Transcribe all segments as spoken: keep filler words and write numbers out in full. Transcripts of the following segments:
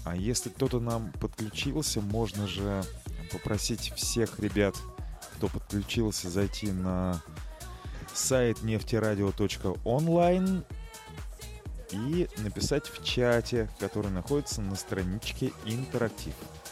А если кто-то нам подключился, можно же попросить всех ребят, кто подключился, зайти на сайт нефтерадио точка онлайн и написать в чате, который находится на страничке «Интерактив».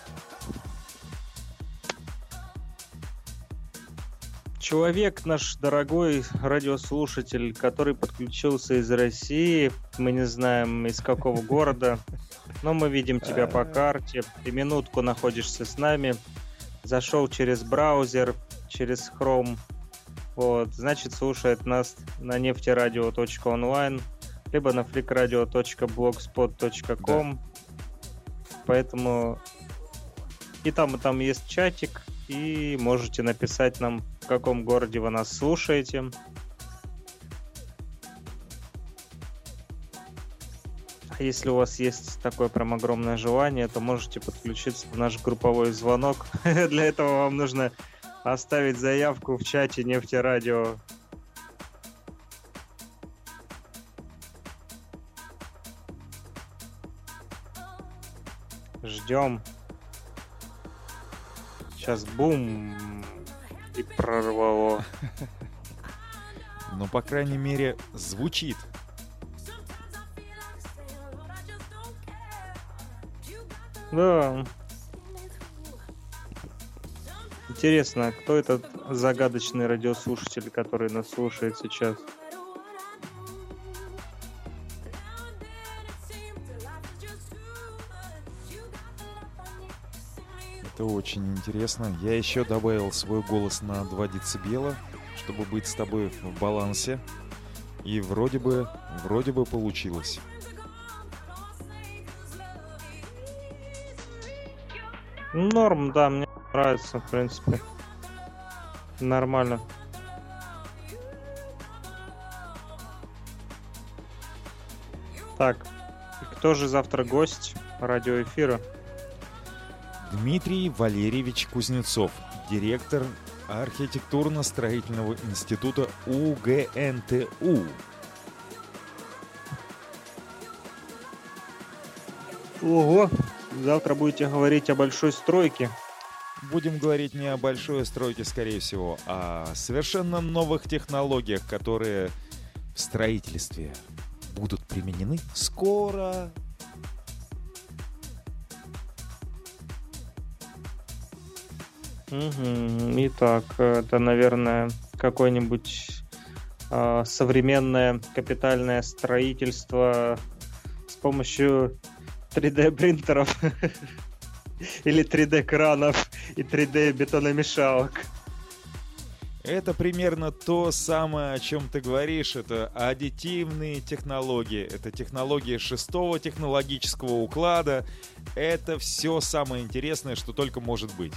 Человек, наш дорогой радиослушатель, который подключился из России, мы не знаем из какого города, но мы видим тебя по карте, ты минутку находишься с нами, зашел через браузер, через Chrome, вот, значит, слушает нас на нефтерадио точка онлайн, либо на фликрадио точка блогспот точка ком, да. Поэтому и там, и там есть чатик, и можете написать нам, в каком городе вы нас слушаете. А если у вас есть такое прям огромное желание, то можете подключиться в наш групповой звонок. Для этого вам нужно оставить заявку в чате Нефтерадио. Ждем. Сейчас бум и прорвало. Ну, по крайней мере, звучит. Да. Интересно, кто этот загадочный радиослушатель, который нас слушает сейчас? Это очень интересно. Я еще добавил свой голос на два децибела, чтобы быть с тобой в балансе. И вроде бы, вроде бы получилось. Норм, да, мне нравится, в принципе. Нормально. Так, кто же завтра гость радиоэфира? Дмитрий Валерьевич Кузнецов, директор архитектурно-строительного института УГНТУ. Ого, завтра будете говорить о большой стройке. Будем говорить не о большой стройке, скорее всего, а о совершенно новых технологиях, которые в строительстве будут применены скоро. Угу. Итак, это, наверное, какое-нибудь э, современное капитальное строительство с помощью три дэ принтеров или три дэ кранов и три дэ бетономешалок. Это примерно то самое, о чем ты говоришь. Это аддитивные технологии. Это технологии шестого технологического уклада. Это все самое интересное, что только может быть.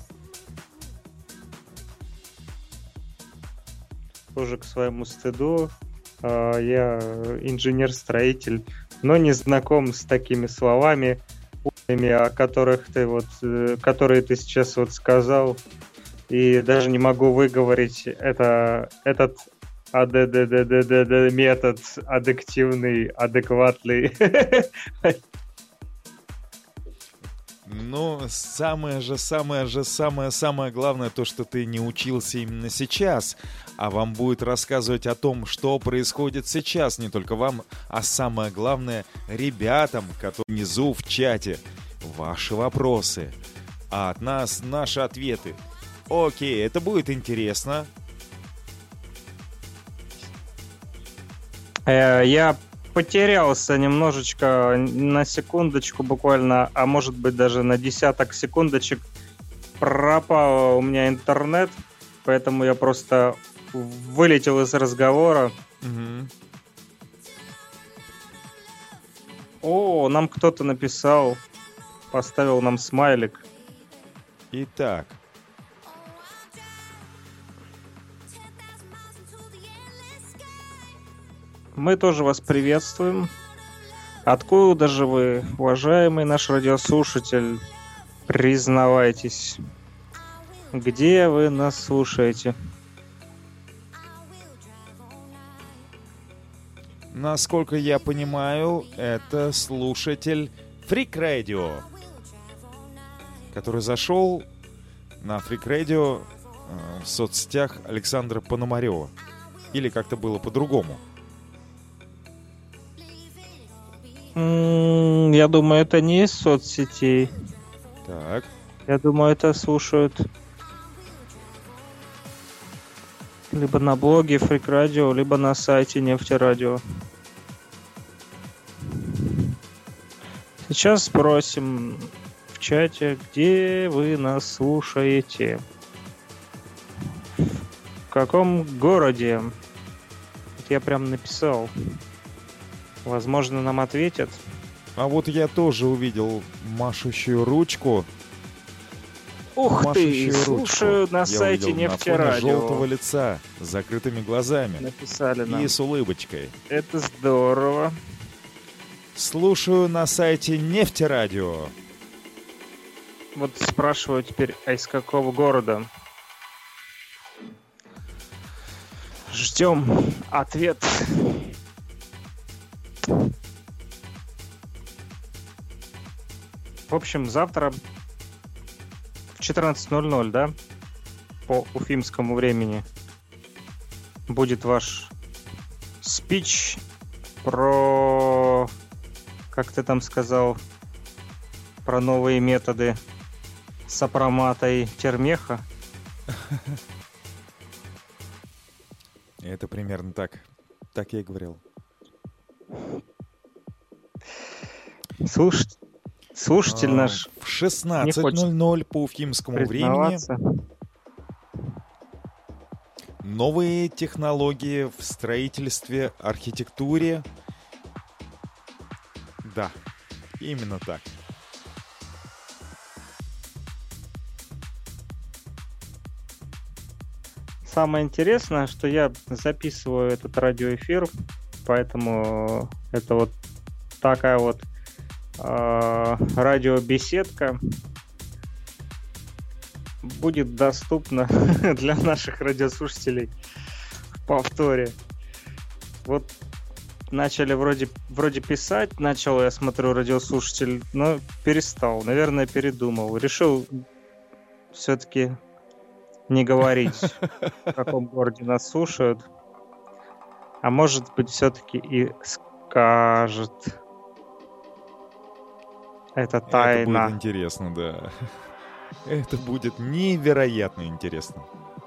Тоже к своему стыду. Я инженер-строитель, но не знаком с такими словами, о которых ты вот, которые ты сейчас вот сказал. И даже не могу выговорить это, этот АДДДДД метод аддиктивный, адекватный. Ну, самое же, самое же, самое, самое главное то, что ты не учился именно сейчас, а вам будет рассказывать о том, что происходит сейчас, не только вам, а самое главное ребятам, которые внизу в чате. Ваши вопросы, а от нас наши ответы. Окей, это будет интересно. Я потерялся немножечко, на секундочку буквально, а может быть даже на десяток секундочек. Пропал у меня интернет, поэтому я просто вылетел из разговора. Угу. О, нам кто-то написал, поставил нам смайлик. Итак. Мы тоже вас приветствуем. Откуда же вы, уважаемый наш радиослушатель? Признавайтесь. Где вы нас слушаете? Насколько я понимаю, это слушатель Freak Radio, который зашел на Freak Radio э, в соцсетях Александра Пономарева. Или как-то было по-другому? Mm, я думаю, это не из соцсетей. Так. Я думаю, это слушают либо на блоге Freak Radio, либо на сайте Нефтерадио. Сейчас спросим в чате, где вы нас слушаете. В каком городе? Вот я прям написал. Возможно, нам ответят. А вот я тоже увидел машущую ручку. Ух ты, Машущую слушаю ручку. на Я сайте увидел на фоне Нефтерадио. желтого лица с закрытыми глазами Написали нам. и с улыбочкой. Это здорово. Слушаю на сайте Нефтерадио. Вот спрашиваю теперь, а из какого города? Ждем ответ. В общем, завтра в четырнадцать ноль ноль, да, по уфимскому времени, будет ваш спич про, как ты там сказал, про новые методы сопромата и термеха. Это примерно так. Так я и говорил. Слушать. Слушатель А, наш в шестнадцать ноль ноль по уфимскому времени новые технологии в строительстве, архитектуре. Да, именно так. Самое интересное, что я записываю этот радиоэфир, поэтому это вот такая вот э, радиобеседка будет доступна для наших радиослушателей в повторе. Вот начали вроде, вроде писать, начал, я смотрю, радиослушатель, но перестал, наверное, передумал. Решил все-таки не говорить, в каком городе нас слушают. А может быть, все-таки и скажет. Это тайна. Это будет интересно, да. Это будет невероятно интересно.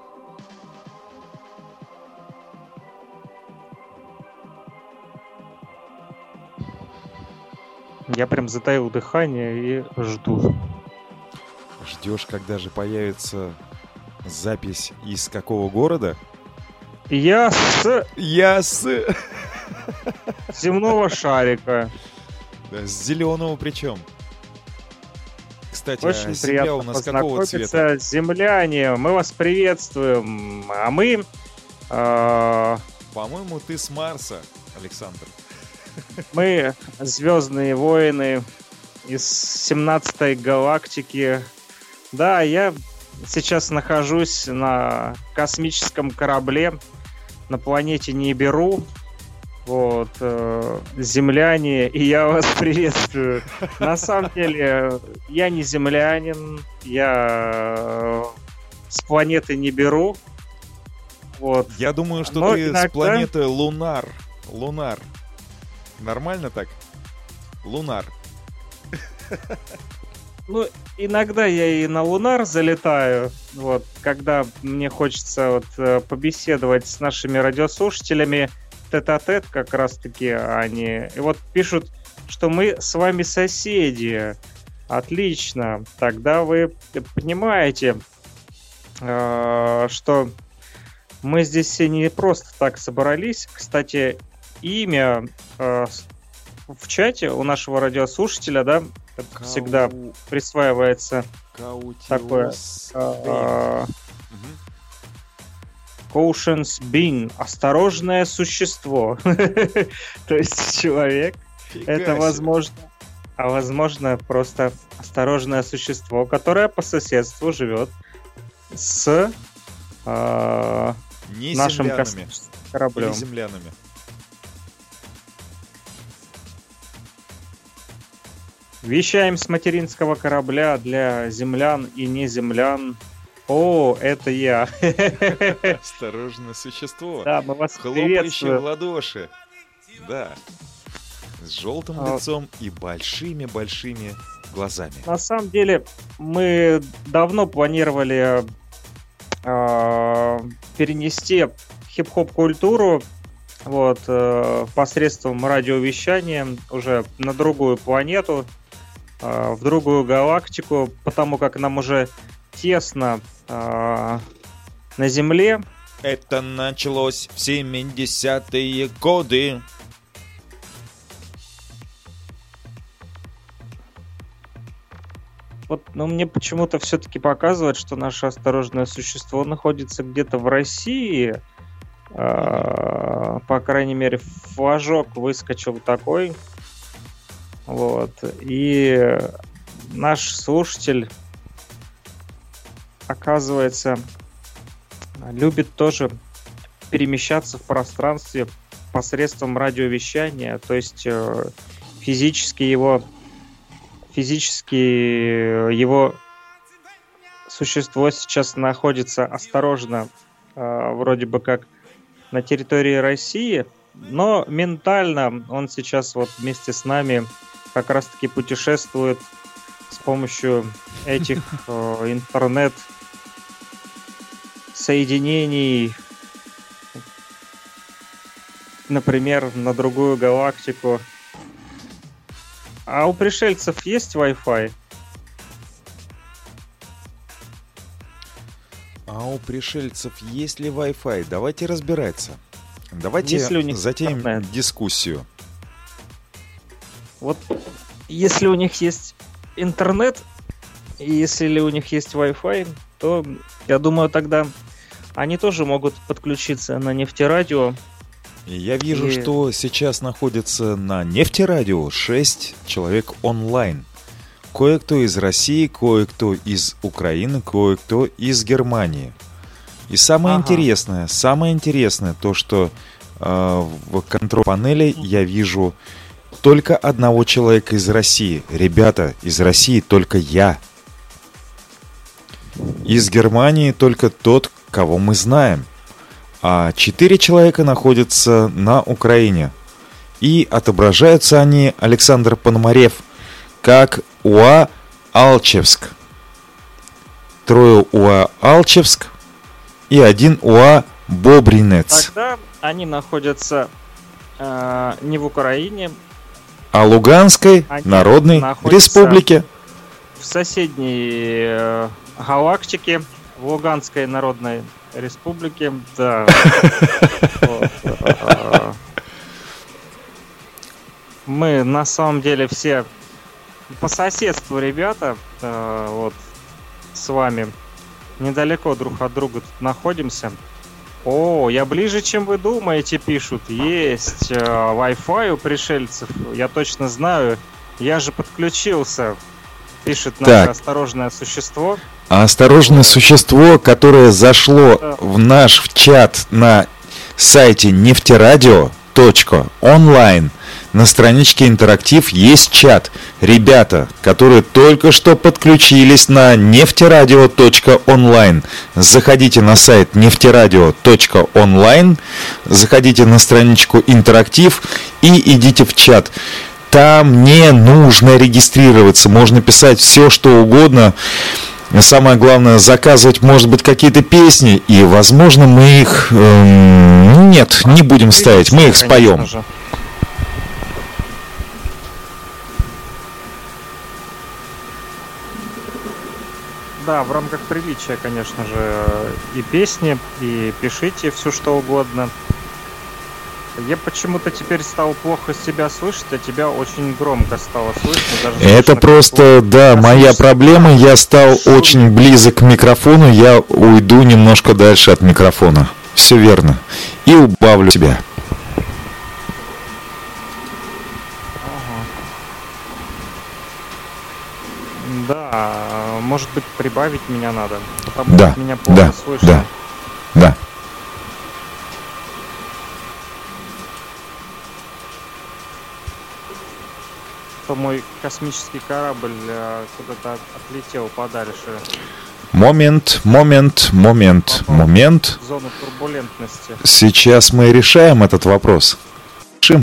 Я прям затаил дыхание и жду. Ждешь, когда же появится запись из какого города? Я с... Я с... земного шарика. Да, с зеленого причем. Кстати, Очень а земля приятно у нас какого цвета? познакомиться. Земляне, мы вас приветствуем. А мы... Э... По-моему, ты с Марса, Александр. Мы звездные воины из семнадцатой галактики. Да, я сейчас нахожусь на космическом корабле на планете Нибиру. Вот, э, земляне, и я вас приветствую. На самом деле, я не землянин, я э, с планеты Нибиру. Вот. Я думаю, что Но ты иногда... с планеты Лунар. Лунар. Нормально так? Лунар. Ну, иногда я и на Лунар залетаю, вот, когда мне хочется вот побеседовать с нашими радиослушателями тет-а-тет, как раз-таки они. И вот пишут, что мы с вами соседи. Отлично. Тогда вы понимаете, что мы здесь все не просто так собрались. Кстати, имя в чате у нашего радиослушателя, да, Кау... всегда присваивается Каутиус такое uh, Caution's Bean, осторожное существо. То есть человек, это возможно, а возможно просто осторожное существо, которое по соседству живет с uh, нашим космическим кораблем. Не землянами. Вещаем с материнского корабля для землян и неземлян. О, это я. Осторожное существо. Да, мы вас Хлопающее в приветствуем. ладоши. Да. С желтым А. лицом и большими-большими глазами. На самом деле, мы давно планировали э, перенести хип-хоп культуру вот, э, посредством радиовещания уже на другую планету, э, в другую галактику, потому как нам уже тесно э, на Земле. Это началось в семидесятые годы. Вот, но мне почему-то все-таки показывает, что наше осторожное существо находится где-то в России. Э, по крайней мере, флажок выскочил такой. Вот. И наш слушатель, оказывается, любит тоже перемещаться в пространстве посредством радиовещания. То есть э, физически его физически его существо сейчас находится осторожно, э, вроде бы как на территории России, но ментально он сейчас вот вместе с нами как раз-таки путешествует с помощью этих э, интернет соединений, например, на другую галактику. А у пришельцев есть Wi-Fi? А у пришельцев есть ли Wi-Fi? Давайте разбираться. Давайте Есть ли у них затеем интернет? дискуссию. Вот если у них есть интернет, и если у них есть Wi-Fi, то, я думаю, тогда они тоже могут подключиться на нефтерадио. И я вижу, И- что сейчас находится на нефтерадио шесть человек онлайн. Кое-кто из России, кое-кто из Украины, кое-кто из Германии. И самое Ага. интересное, самое интересное, то, что э, в контрол-панели я вижу только одного человека из России. Ребята, из России только я. Из Германии только тот, кого мы знаем. А четыре человека находятся на Украине. И отображаются они, Александр Пономарев, как УА Алчевск. Трое УА Алчевск и один УА Бобринец. Тогда они находятся э, не в Украине, А Луганской Они Народной находятся- Республике. в соседней э, галактике, в Луганской Народной Республике. Да. Вот, э, Мы на самом деле все по соседству, ребята, э, вот с вами недалеко друг от друга тут находимся. О, я ближе, чем вы думаете, пишут. Есть э, Wi-Fi у пришельцев. Я точно знаю. Я же подключился. Пишет наше Так. осторожное существо. А осторожное существо, которое зашло в наш в чат на сайте нефтерадио точка онлайн, на страничке интерактив есть чат. Ребята, которые только что подключились на нефтерадио точка онлайн, заходите на сайт нефтерадио точка онлайн, заходите на страничку интерактив и идите в чат. Там не нужно регистрироваться, можно писать все, что угодно. Самое главное, заказывать, может быть, какие-то песни, и, возможно, мы их... эм, нет, не будем ставить, мы их Конечно споем. же. Да, в рамках приличия, конечно же, и песни, и пишите все что угодно. Я почему-то теперь стал плохо себя слышать, а тебя очень громко стало слышно. Даже Это слышно, как просто, да, Я моя слышу, проблема. Я стал шум. очень близок к микрофону, я уйду немножко дальше от микрофона. Все верно. И убавлю себя. Ага. Да, может быть, прибавить меня надо, потому Да, как меня плохо да, слышно. да. Да. что мой космический корабль э, куда-то отлетел подальше. Момент, момент, момент, Попал момент. в зону турбулентности. Сейчас мы решаем этот вопрос. Решим.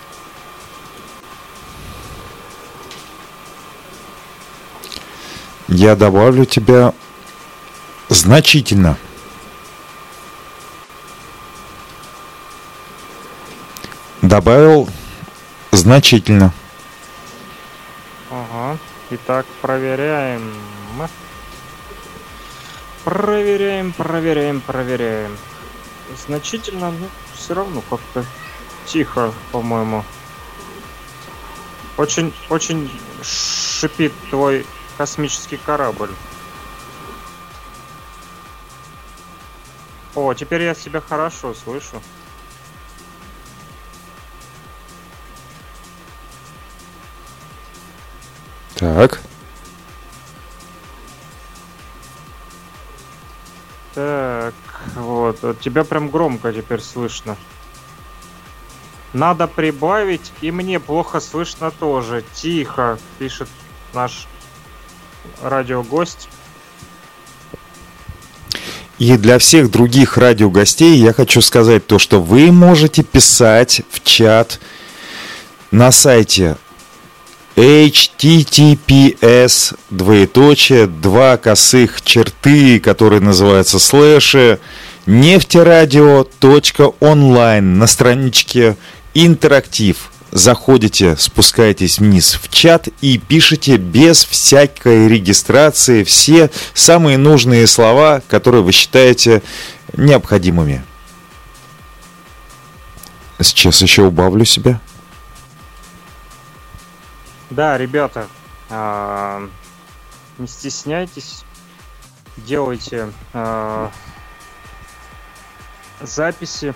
Я добавлю тебя значительно. Добавил значительно. Ага. Итак, проверяем. Проверяем, проверяем, проверяем. Значительно, но все равно как-то тихо, по-моему. Очень, очень шипит твой космический корабль. О, теперь я себя хорошо слышу. Так. Так, вот, вот тебя прям громко теперь слышно. Надо прибавить, и мне плохо слышно тоже. Тихо, пишет наш радиогость. И для всех других радиогостей я хочу сказать то, что вы можете писать в чат на сайте эйч ти ти пи эс двоеточие два косых черты, которые называются слэши, нефтерадио точка онлайн на страничке интерактив. Заходите, спускаетесь вниз в чат и пишите без всякой регистрации все самые нужные слова, которые вы считаете необходимыми. Сейчас еще убавлю себя. Да, ребята, а, не стесняйтесь, делайте а, записи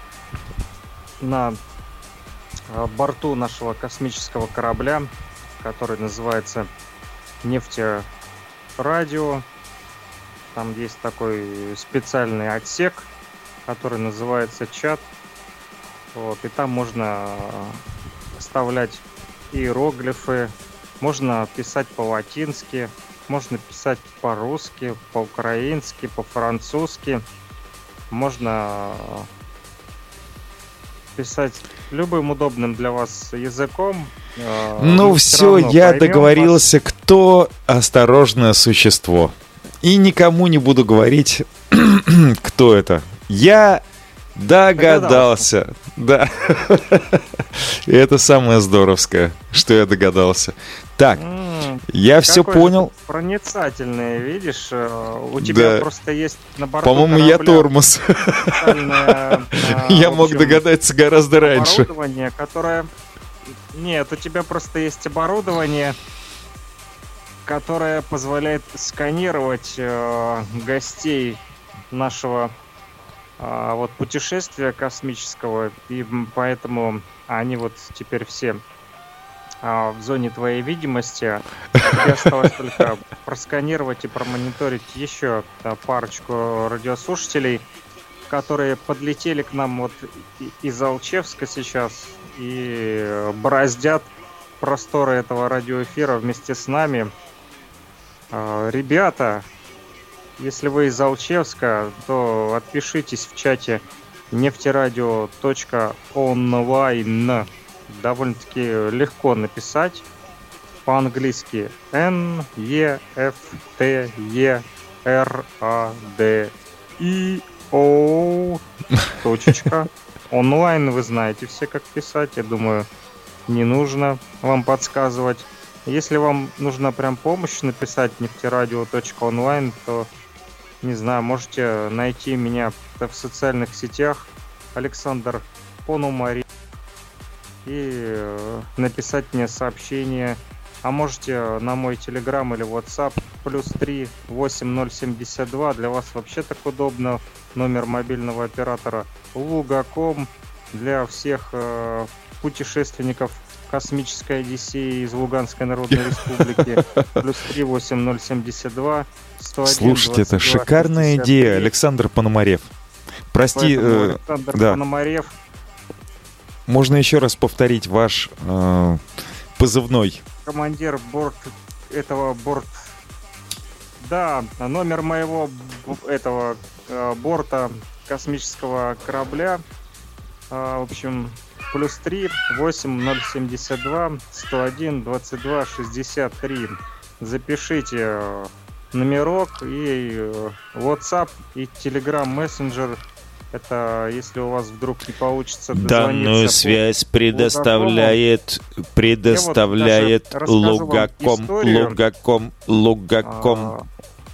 на а, борту нашего космического корабля, который называется Нефтерадио. Там есть такой специальный отсек, который называется чат. Вот, и там можно вставлять иероглифы, можно писать по-латински, можно писать по-русски, по-украински, по-французски, можно писать любым удобным для вас языком. Ну все, я договорился, вас. Кто осторожное существо. И никому не буду говорить, кто это. Я догадался. Да. И это самое здоровское, что я догадался. Так, mm, я все понял. Проницательный, видишь, у тебя да. просто есть на борту По-моему, корабля, я тормоз. Я мог догадаться гораздо раньше. Оборудование, которое... Нет, у тебя просто есть оборудование, которое позволяет сканировать гостей нашего вот путешествия космического, и поэтому они вот теперь все а, в зоне твоей видимости. Тебе осталось только просканировать и промониторить еще а, парочку радиослушателей, которые подлетели к нам вот из Алчевска сейчас и бороздят просторы этого радиоэфира вместе с нами. А, ребята, если вы из Алчевска, то отпишитесь в чате нефтерадио точка онлайн. Довольно-таки легко написать. По-английски Н Е Ф Т Е Р А Д И О точка. Онлайн вы знаете все, как писать. Я думаю, не нужно вам подсказывать. Если вам нужна прям помощь написать нефтерадио точка онлайн, то не знаю, можете найти меня в социальных сетях Александр Пономарев и написать мне сообщение. А можете на мой телеграм или WhatsApp плюс три восемь ноль семьдесят два. Для вас вообще так удобно. Номер мобильного оператора Лугаком. Для всех э, путешественников космической Одиссеи из Луганской Народной Республики. Плюс три восемь ноль семьдесят два. Слушайте, это шикарная идея, Александр Пономарев. Прости, э, Александр да. Пономарев. Можно еще раз повторить ваш э, позывной. Командир борт этого борт... Да, номер моего этого борта космического корабля. В общем, плюс три восемь ноль семьдесят два сто один двадцать два шестьдесят три. Запишите номерок и WhatsApp и Telegram Messenger. Это если у вас вдруг не получится данную связь предоставляет предоставляет вот Лугаком Лугаком Лугаком. А,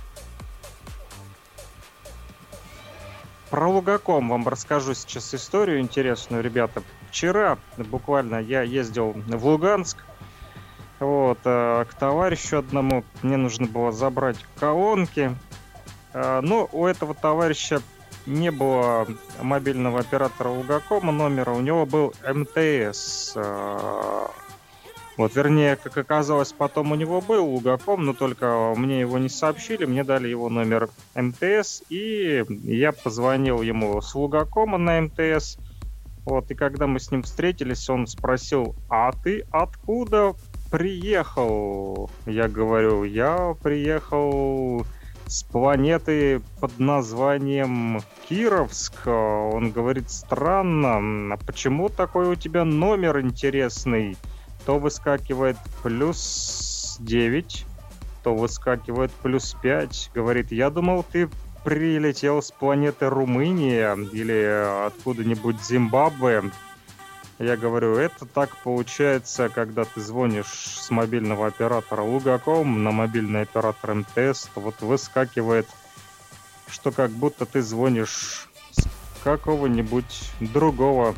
про Лугаком вам расскажу сейчас историю интересную, ребята. Вчера буквально я ездил в Луганск. Вот, к товарищу одному мне нужно было забрать колонки. Но у этого товарища не было мобильного оператора Лугакома номера, у него был эм тэ эс. Вот, вернее, как оказалось, потом у него был Лугаком, но только мне его не сообщили, мне дали его номер эм тэ эс, и я позвонил ему с Лугакома на эм тэ эс. Вот, и когда мы с ним встретились, он спросил: а ты откуда приехал? Я говорю: я приехал с планеты под названием Кировск. Он говорит: странно, а почему такой у тебя номер интересный? То выскакивает плюс девять, то выскакивает плюс пять. Говорит: я думал, ты прилетел с планеты Румыния или откуда-нибудь Зимбабве. Я говорю: это так получается, когда ты звонишь с мобильного оператора Лугаком на мобильный оператор эм тэ эс, то вот выскакивает, что как будто ты звонишь с какого-нибудь другого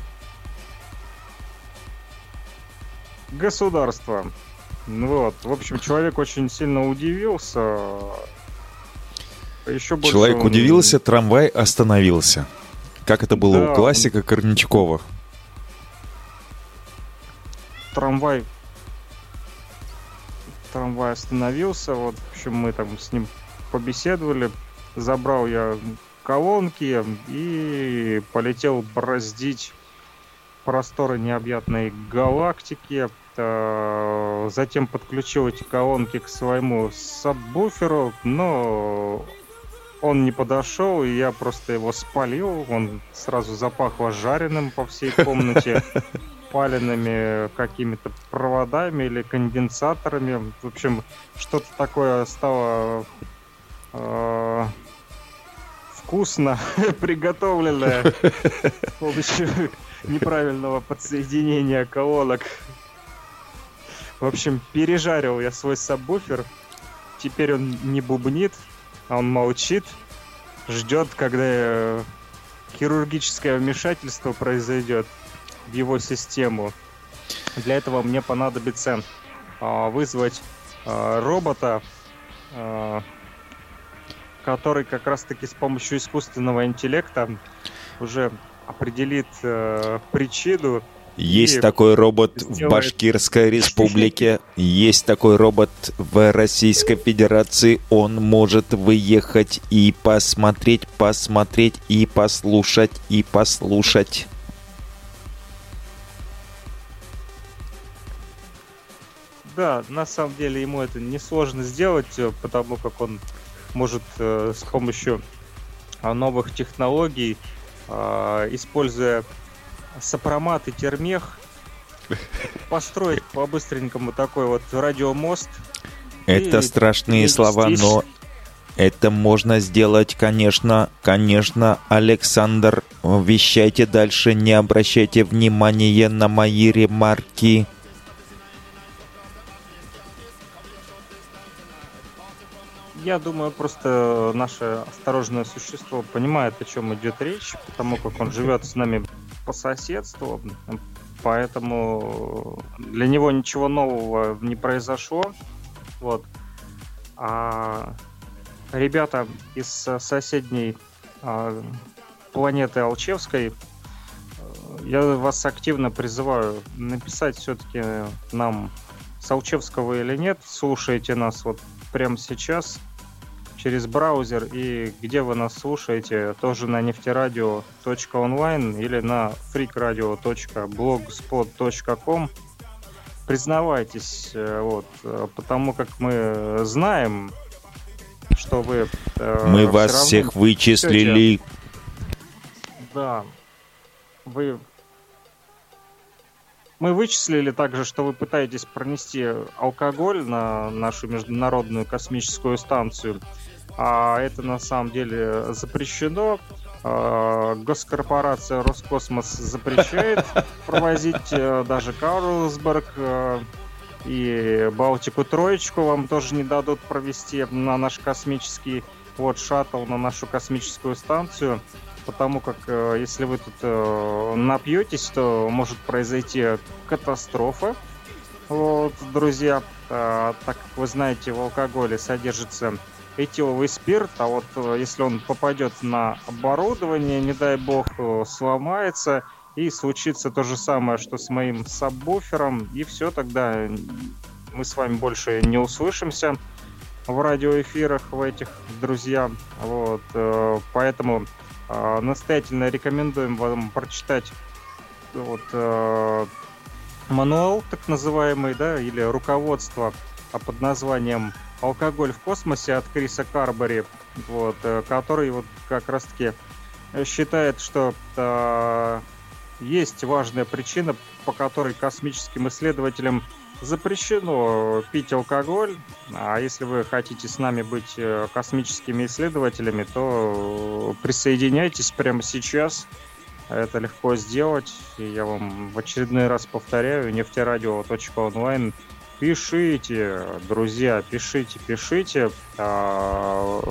государства. Вот. В общем, человек очень сильно удивился. Еще больше человек он... удивился, трамвай остановился. Как это было да, у классика Корничкова. Трамвай трамвай остановился, вот, в общем, мы там с ним побеседовали, забрал я колонки и полетел бороздить просторы необъятной галактики, затем подключил эти колонки к своему сабвуферу, но он не подошел, и я просто его спалил, он сразу запахло жареным по всей комнате, паленными какими-то проводами или конденсаторами. В общем, что-то такое стало э, вкусно приготовленное с помощью неправильного подсоединения колонок. В общем, пережарил я свой сабвуфер. Теперь он не бубнит, а он молчит, ждет, когда хирургическое вмешательство произойдет в его систему. Для этого мне понадобится э, вызвать э, робота, э, который как раз-таки с помощью искусственного интеллекта уже определит э, причину. Есть такой робот сделает... в Башкирской республике, есть такой робот в Российской Федерации. Он может выехать и посмотреть, посмотреть, и послушать, и послушать. Да, на самом деле ему это несложно сделать, потому как он может э, с помощью э, новых технологий, э, используя сопромат и термех, построить по-быстренькому такой вот радиомост. Это страшные слова, но это можно сделать, конечно, конечно, Александр. Вещайте дальше, не обращайте внимания на мои ремарки. Я думаю, просто наше осторожное существо понимает, о чем идет речь, потому как он живет с нами по соседству, поэтому для него ничего нового не произошло. Вот. А ребята из соседней а, планеты Алчевской, я вас активно призываю написать все-таки нам, с Алчевского или нет, слушаете нас вот прямо сейчас через браузер, и где вы нас слушаете, тоже на нефтерадио точка онлайн или на фрик радио точка блогспот точка ком. признавайтесь, вот, потому как мы знаем, что вы... Мы вас всех вычислили. Несете... Да, вы... Мы вычислили также, что вы пытаетесь пронести алкоголь на нашу международную космическую станцию, а это на самом деле запрещено. Госкорпорация Роскосмос запрещает провозить даже Карлсберг, и Балтику троечку вам тоже не дадут провести на наш космический вот шаттл, на нашу космическую станцию, потому как если вы тут напьетесь, то может произойти катастрофа. Вот, друзья, так как вы знаете, в алкоголе содержится этиловый спирт, а вот если он попадет на оборудование, не дай бог, сломается, и случится то же самое, что с моим сабвуфером, и все, тогда мы с вами больше не услышимся в радиоэфирах в этих, друзья. Вот, поэтому настоятельно рекомендуем вам прочитать вот, мануал, так называемый, да, или руководство под названием «Алкоголь в космосе» от Криса Карбери, вот, который вот как раз-таки считает, что э, есть важная причина, по которой космическим исследователям запрещено пить алкоголь. А если вы хотите с нами быть космическими исследователями, то присоединяйтесь прямо сейчас. Это легко сделать. И я вам в очередной раз повторяю, нефтерадио точка онлайн. Пишите, друзья, пишите, пишите. А,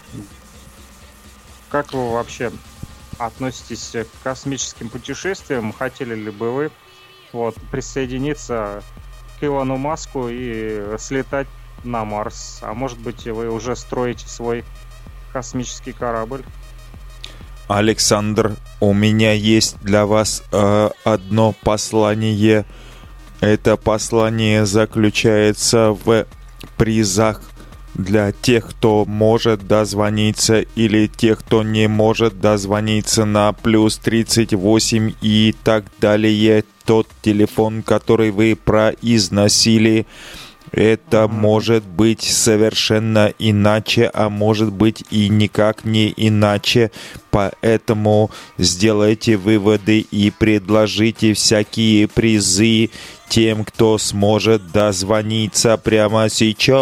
как вы вообще относитесь к космическим путешествиям? Хотели ли бы вы вот, присоединиться к Илону Маску и слетать на Марс? А может быть, вы уже строите свой космический корабль? Александр, у меня есть для вас э, одно послание. Это послание заключается в призах для тех, кто может дозвониться, или тех, кто не может дозвониться на плюс тридцать восемь и так далее. Тот телефон, который вы произносили, это может быть совершенно иначе, а может быть и никак не иначе. Поэтому сделайте выводы и предложите всякие призы тем, кто сможет дозвониться прямо сейчас.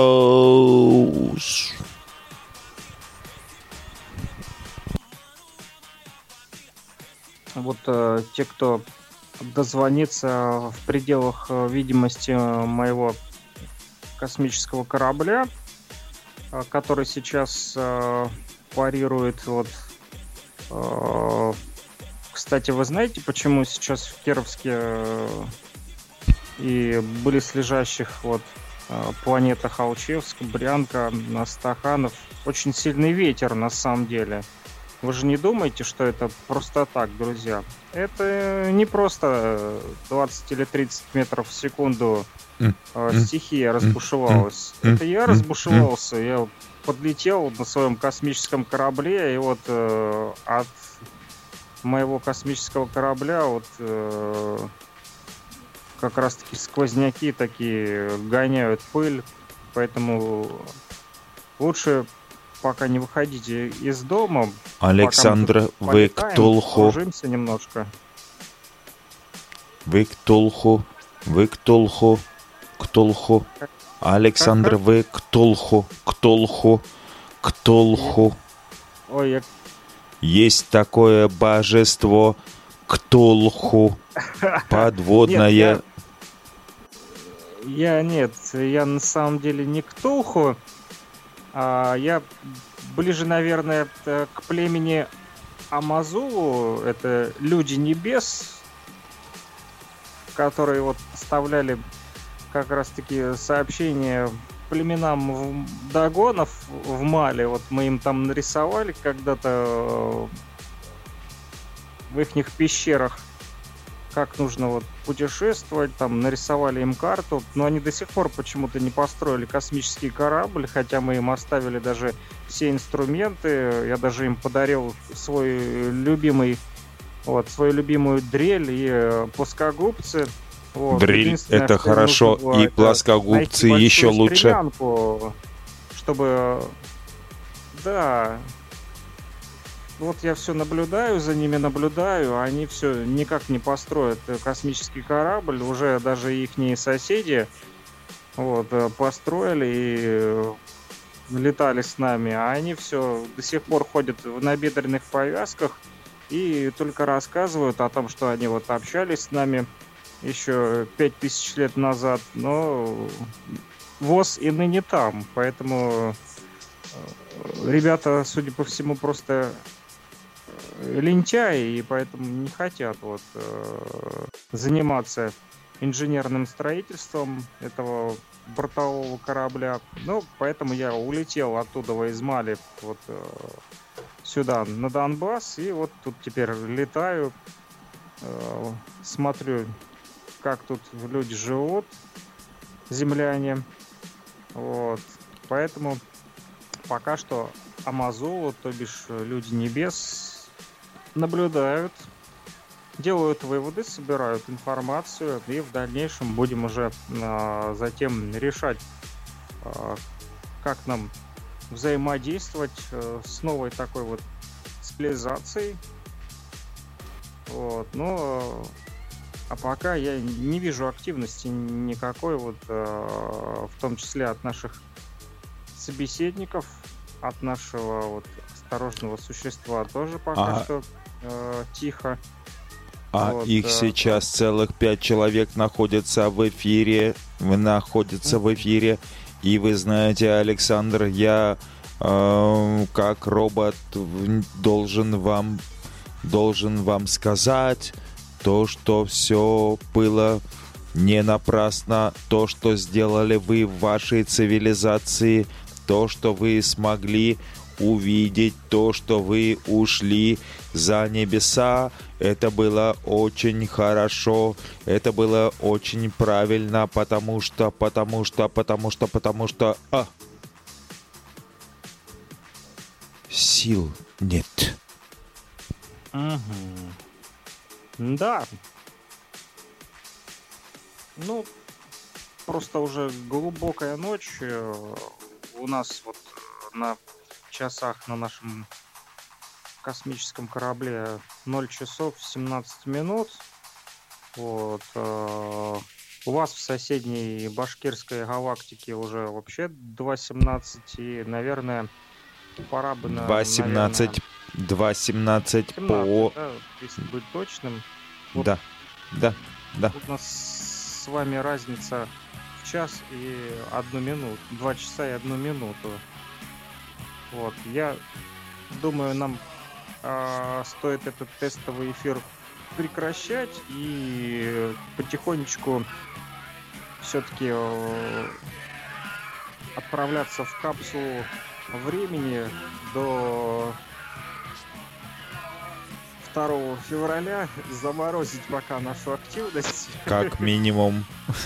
Вот э, те, кто дозвонится в пределах э, видимости моего космического корабля, э, который сейчас э, парирует. Вот, э, кстати, вы знаете, почему сейчас в Кировске э, и близлежащих вот планетах Алчевск, Брянка, Стаханов очень сильный ветер на самом деле? Вы же не думаете, что это просто так, друзья? Это не просто двадцать или тридцать метров в секунду э, стихия разбушевалась. Это я разбушевался, я подлетел на своем космическом корабле, и вот э, от моего космического корабля вот э, как раз-таки сквозняки такие гоняют пыль, поэтому лучше пока не выходите из дома. Александр, вы Ктулху. Немножко. Вы Ктулху. Вы Ктулху. Ктулху. Александр, как, как? Вы Ктулху. Ктулху. Ктулху. Ой, я... Есть такое божество Ктулху. Подводное. Нет, я... я нет, я на самом деле не Ктулху. А я ближе, наверное, к племени Амазулу. Это люди небес, которые вот оставляли как раз-таки сообщения племенам Дагонов в Мали. Вот мы им там нарисовали когда-то в ихних пещерах, как нужно вот путешествовать, там нарисовали им карту, но они до сих пор почему-то не построили космический корабль, хотя мы им оставили даже все инструменты, я даже им подарил свой любимый, вот, свою любимую дрель и плоскогубцы, Вот. Бриль — это хорошо, и плоскогубцы еще лучше. Чтобы... Да... Вот я все наблюдаю, за ними наблюдаю, а они все никак не построят космический корабль. Уже даже ихние соседи вот, построили и летали с нами, а они все до сих пор ходят в набедренных повязках и только рассказывают о том, что они вот общались с нами еще пять тысяч лет назад, но ВОЗ и ныне там, поэтому ребята, судя по всему, просто лентяи, и поэтому не хотят вот э, заниматься инженерным строительством этого бортового корабля. Ну, поэтому я улетел оттуда из Мали вот э, сюда, на Донбасс, и вот тут теперь летаю, э, смотрю, как тут люди живут, земляне. Вот. Поэтому пока что Амазолу, то бишь люди небес, наблюдают, делают выводы, собирают информацию, и в дальнейшем будем уже а, затем решать, а, как нам взаимодействовать а, с новой такой вот цивилизацией. Вот. Но а пока я не вижу активности никакой, вот, а, в том числе от наших собеседников, от нашего вот осторожного существа тоже пока а... что э, тихо. А вот, их э... сейчас целых пять человек находятся в эфире, находятся mm-hmm. в эфире. И вы знаете, Александр, я э, как робот должен вам, должен вам сказать то, что все было не напрасно, то, что сделали вы в вашей цивилизации, то, что вы смогли увидеть, то, что вы ушли за небеса, это было очень хорошо, это было очень правильно, потому что, потому что, потому что, потому что, а, сил нет. Угу. Да. Ну, просто уже глубокая ночь. У нас вот на часах на нашем космическом корабле ноль часов семнадцать минут. Вот. У вас в соседней башкирской галактике уже вообще два семнадцать, и, наверное, пора бы на... два семнадцать, два семнадцать по... Да, если быть точным. Вот да, да, да. У нас с вами разница в час и одну минуту, два часа и одну минуту. Вот, я думаю, нам э, стоит этот тестовый эфир прекращать и потихонечку все-таки э, отправляться в капсулу времени до второго февраля, заморозить пока нашу активность. Как минимум.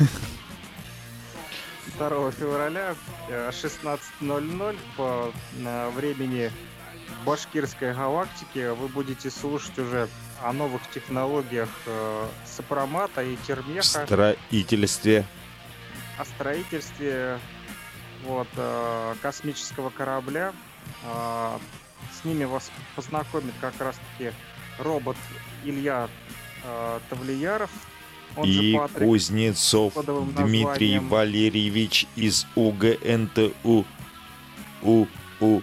второго февраля шестнадцать ноль ноль по времени башкирской галактики вы будете слушать уже о новых технологиях сопромата и термеха. Строительстве. О строительстве вот, космического корабля. С ними вас познакомит как раз-таки робот Илья Тавлияров. Он и Патрик, Кузнецов Дмитрий названием. Валерьевич из УГНТУ. У, у.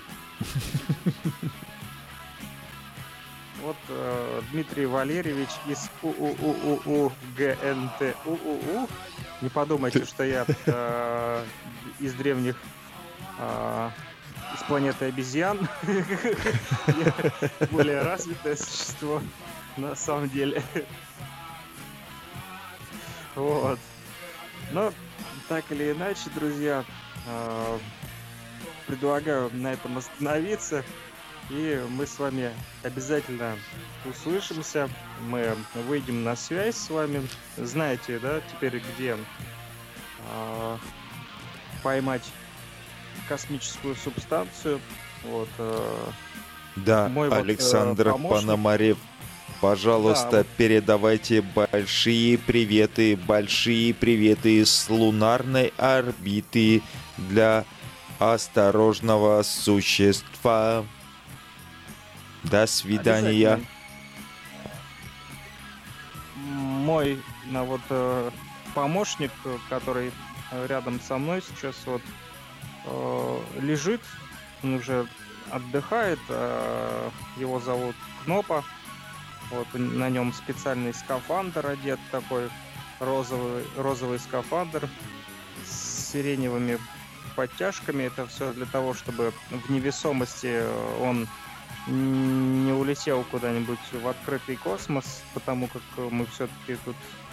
Вот э, Дмитрий Валерьевич из УГНТУ. Не подумайте, что я э, из древних, э, из планеты обезьян. Я более развитое существо, на самом деле. Вот. Но, так или иначе, друзья, э, предлагаю на этом остановиться. И мы с вами обязательно услышимся. Мы выйдем на связь с вами. Знаете, да, теперь где э, поймать космическую субстанцию. Вот, э, да, Александр вот, э, Пономарев. Пожалуйста, Да. передавайте большие приветы, большие приветы с лунарной орбиты для осторожного существа. До свидания. Обязательно. Мой ну, вот, э, помощник, который рядом со мной сейчас вот э, лежит, он уже отдыхает, э, его зовут Кнопа. Вот на нем специальный скафандр одет, такой розовый, розовый скафандр с сиреневыми подтяжками. Это все для того, чтобы в невесомости он не улетел куда-нибудь в открытый космос, потому как мы все-таки тут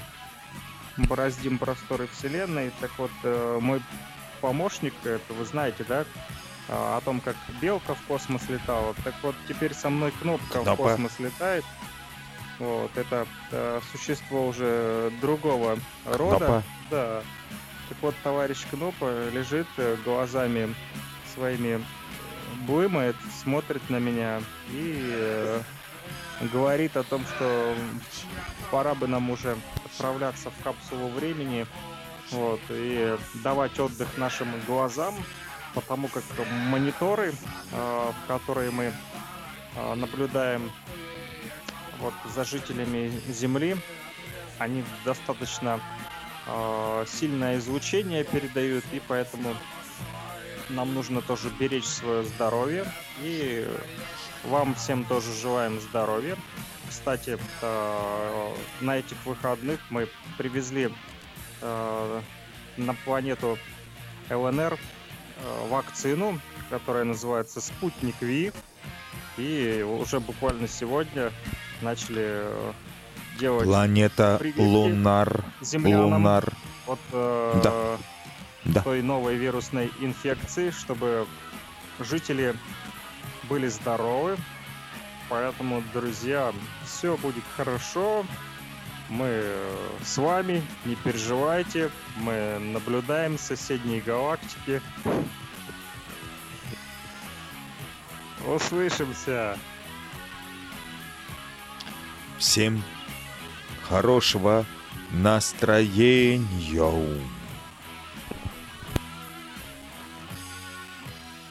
бороздим просторы Вселенной. Так вот, мой помощник, это вы знаете, да, о том, как Белка в космос летала. Так вот, теперь со мной Кнопка Кнопа. в космос летает. Вот, это э, существо уже другого рода. Кнопа. Да. Так вот, товарищ Кнопа лежит, э, глазами своими блымает, смотрит на меня и э, говорит о том, что пора бы нам уже отправляться в капсулу времени, вот, и давать отдых нашим глазам, потому как мониторы, э, в которые мы э, наблюдаем вот за жителями Земли, они достаточно э, сильное излучение передают, и поэтому нам нужно тоже беречь свое здоровье. И вам всем тоже желаем здоровья. Кстати, э, на этих выходных мы привезли э, на планету ЛНР э, вакцину, которая называется «Спутник Ви». И уже буквально сегодня начали делать Планета прививки Лунар. землянам Лунар. от э, Да. Да. той новой вирусной инфекции, чтобы жители были здоровы. Поэтому, друзья, все будет хорошо. Мы с вами, не переживайте. Мы наблюдаем соседние галактики. Услышимся. Всем хорошего настроения.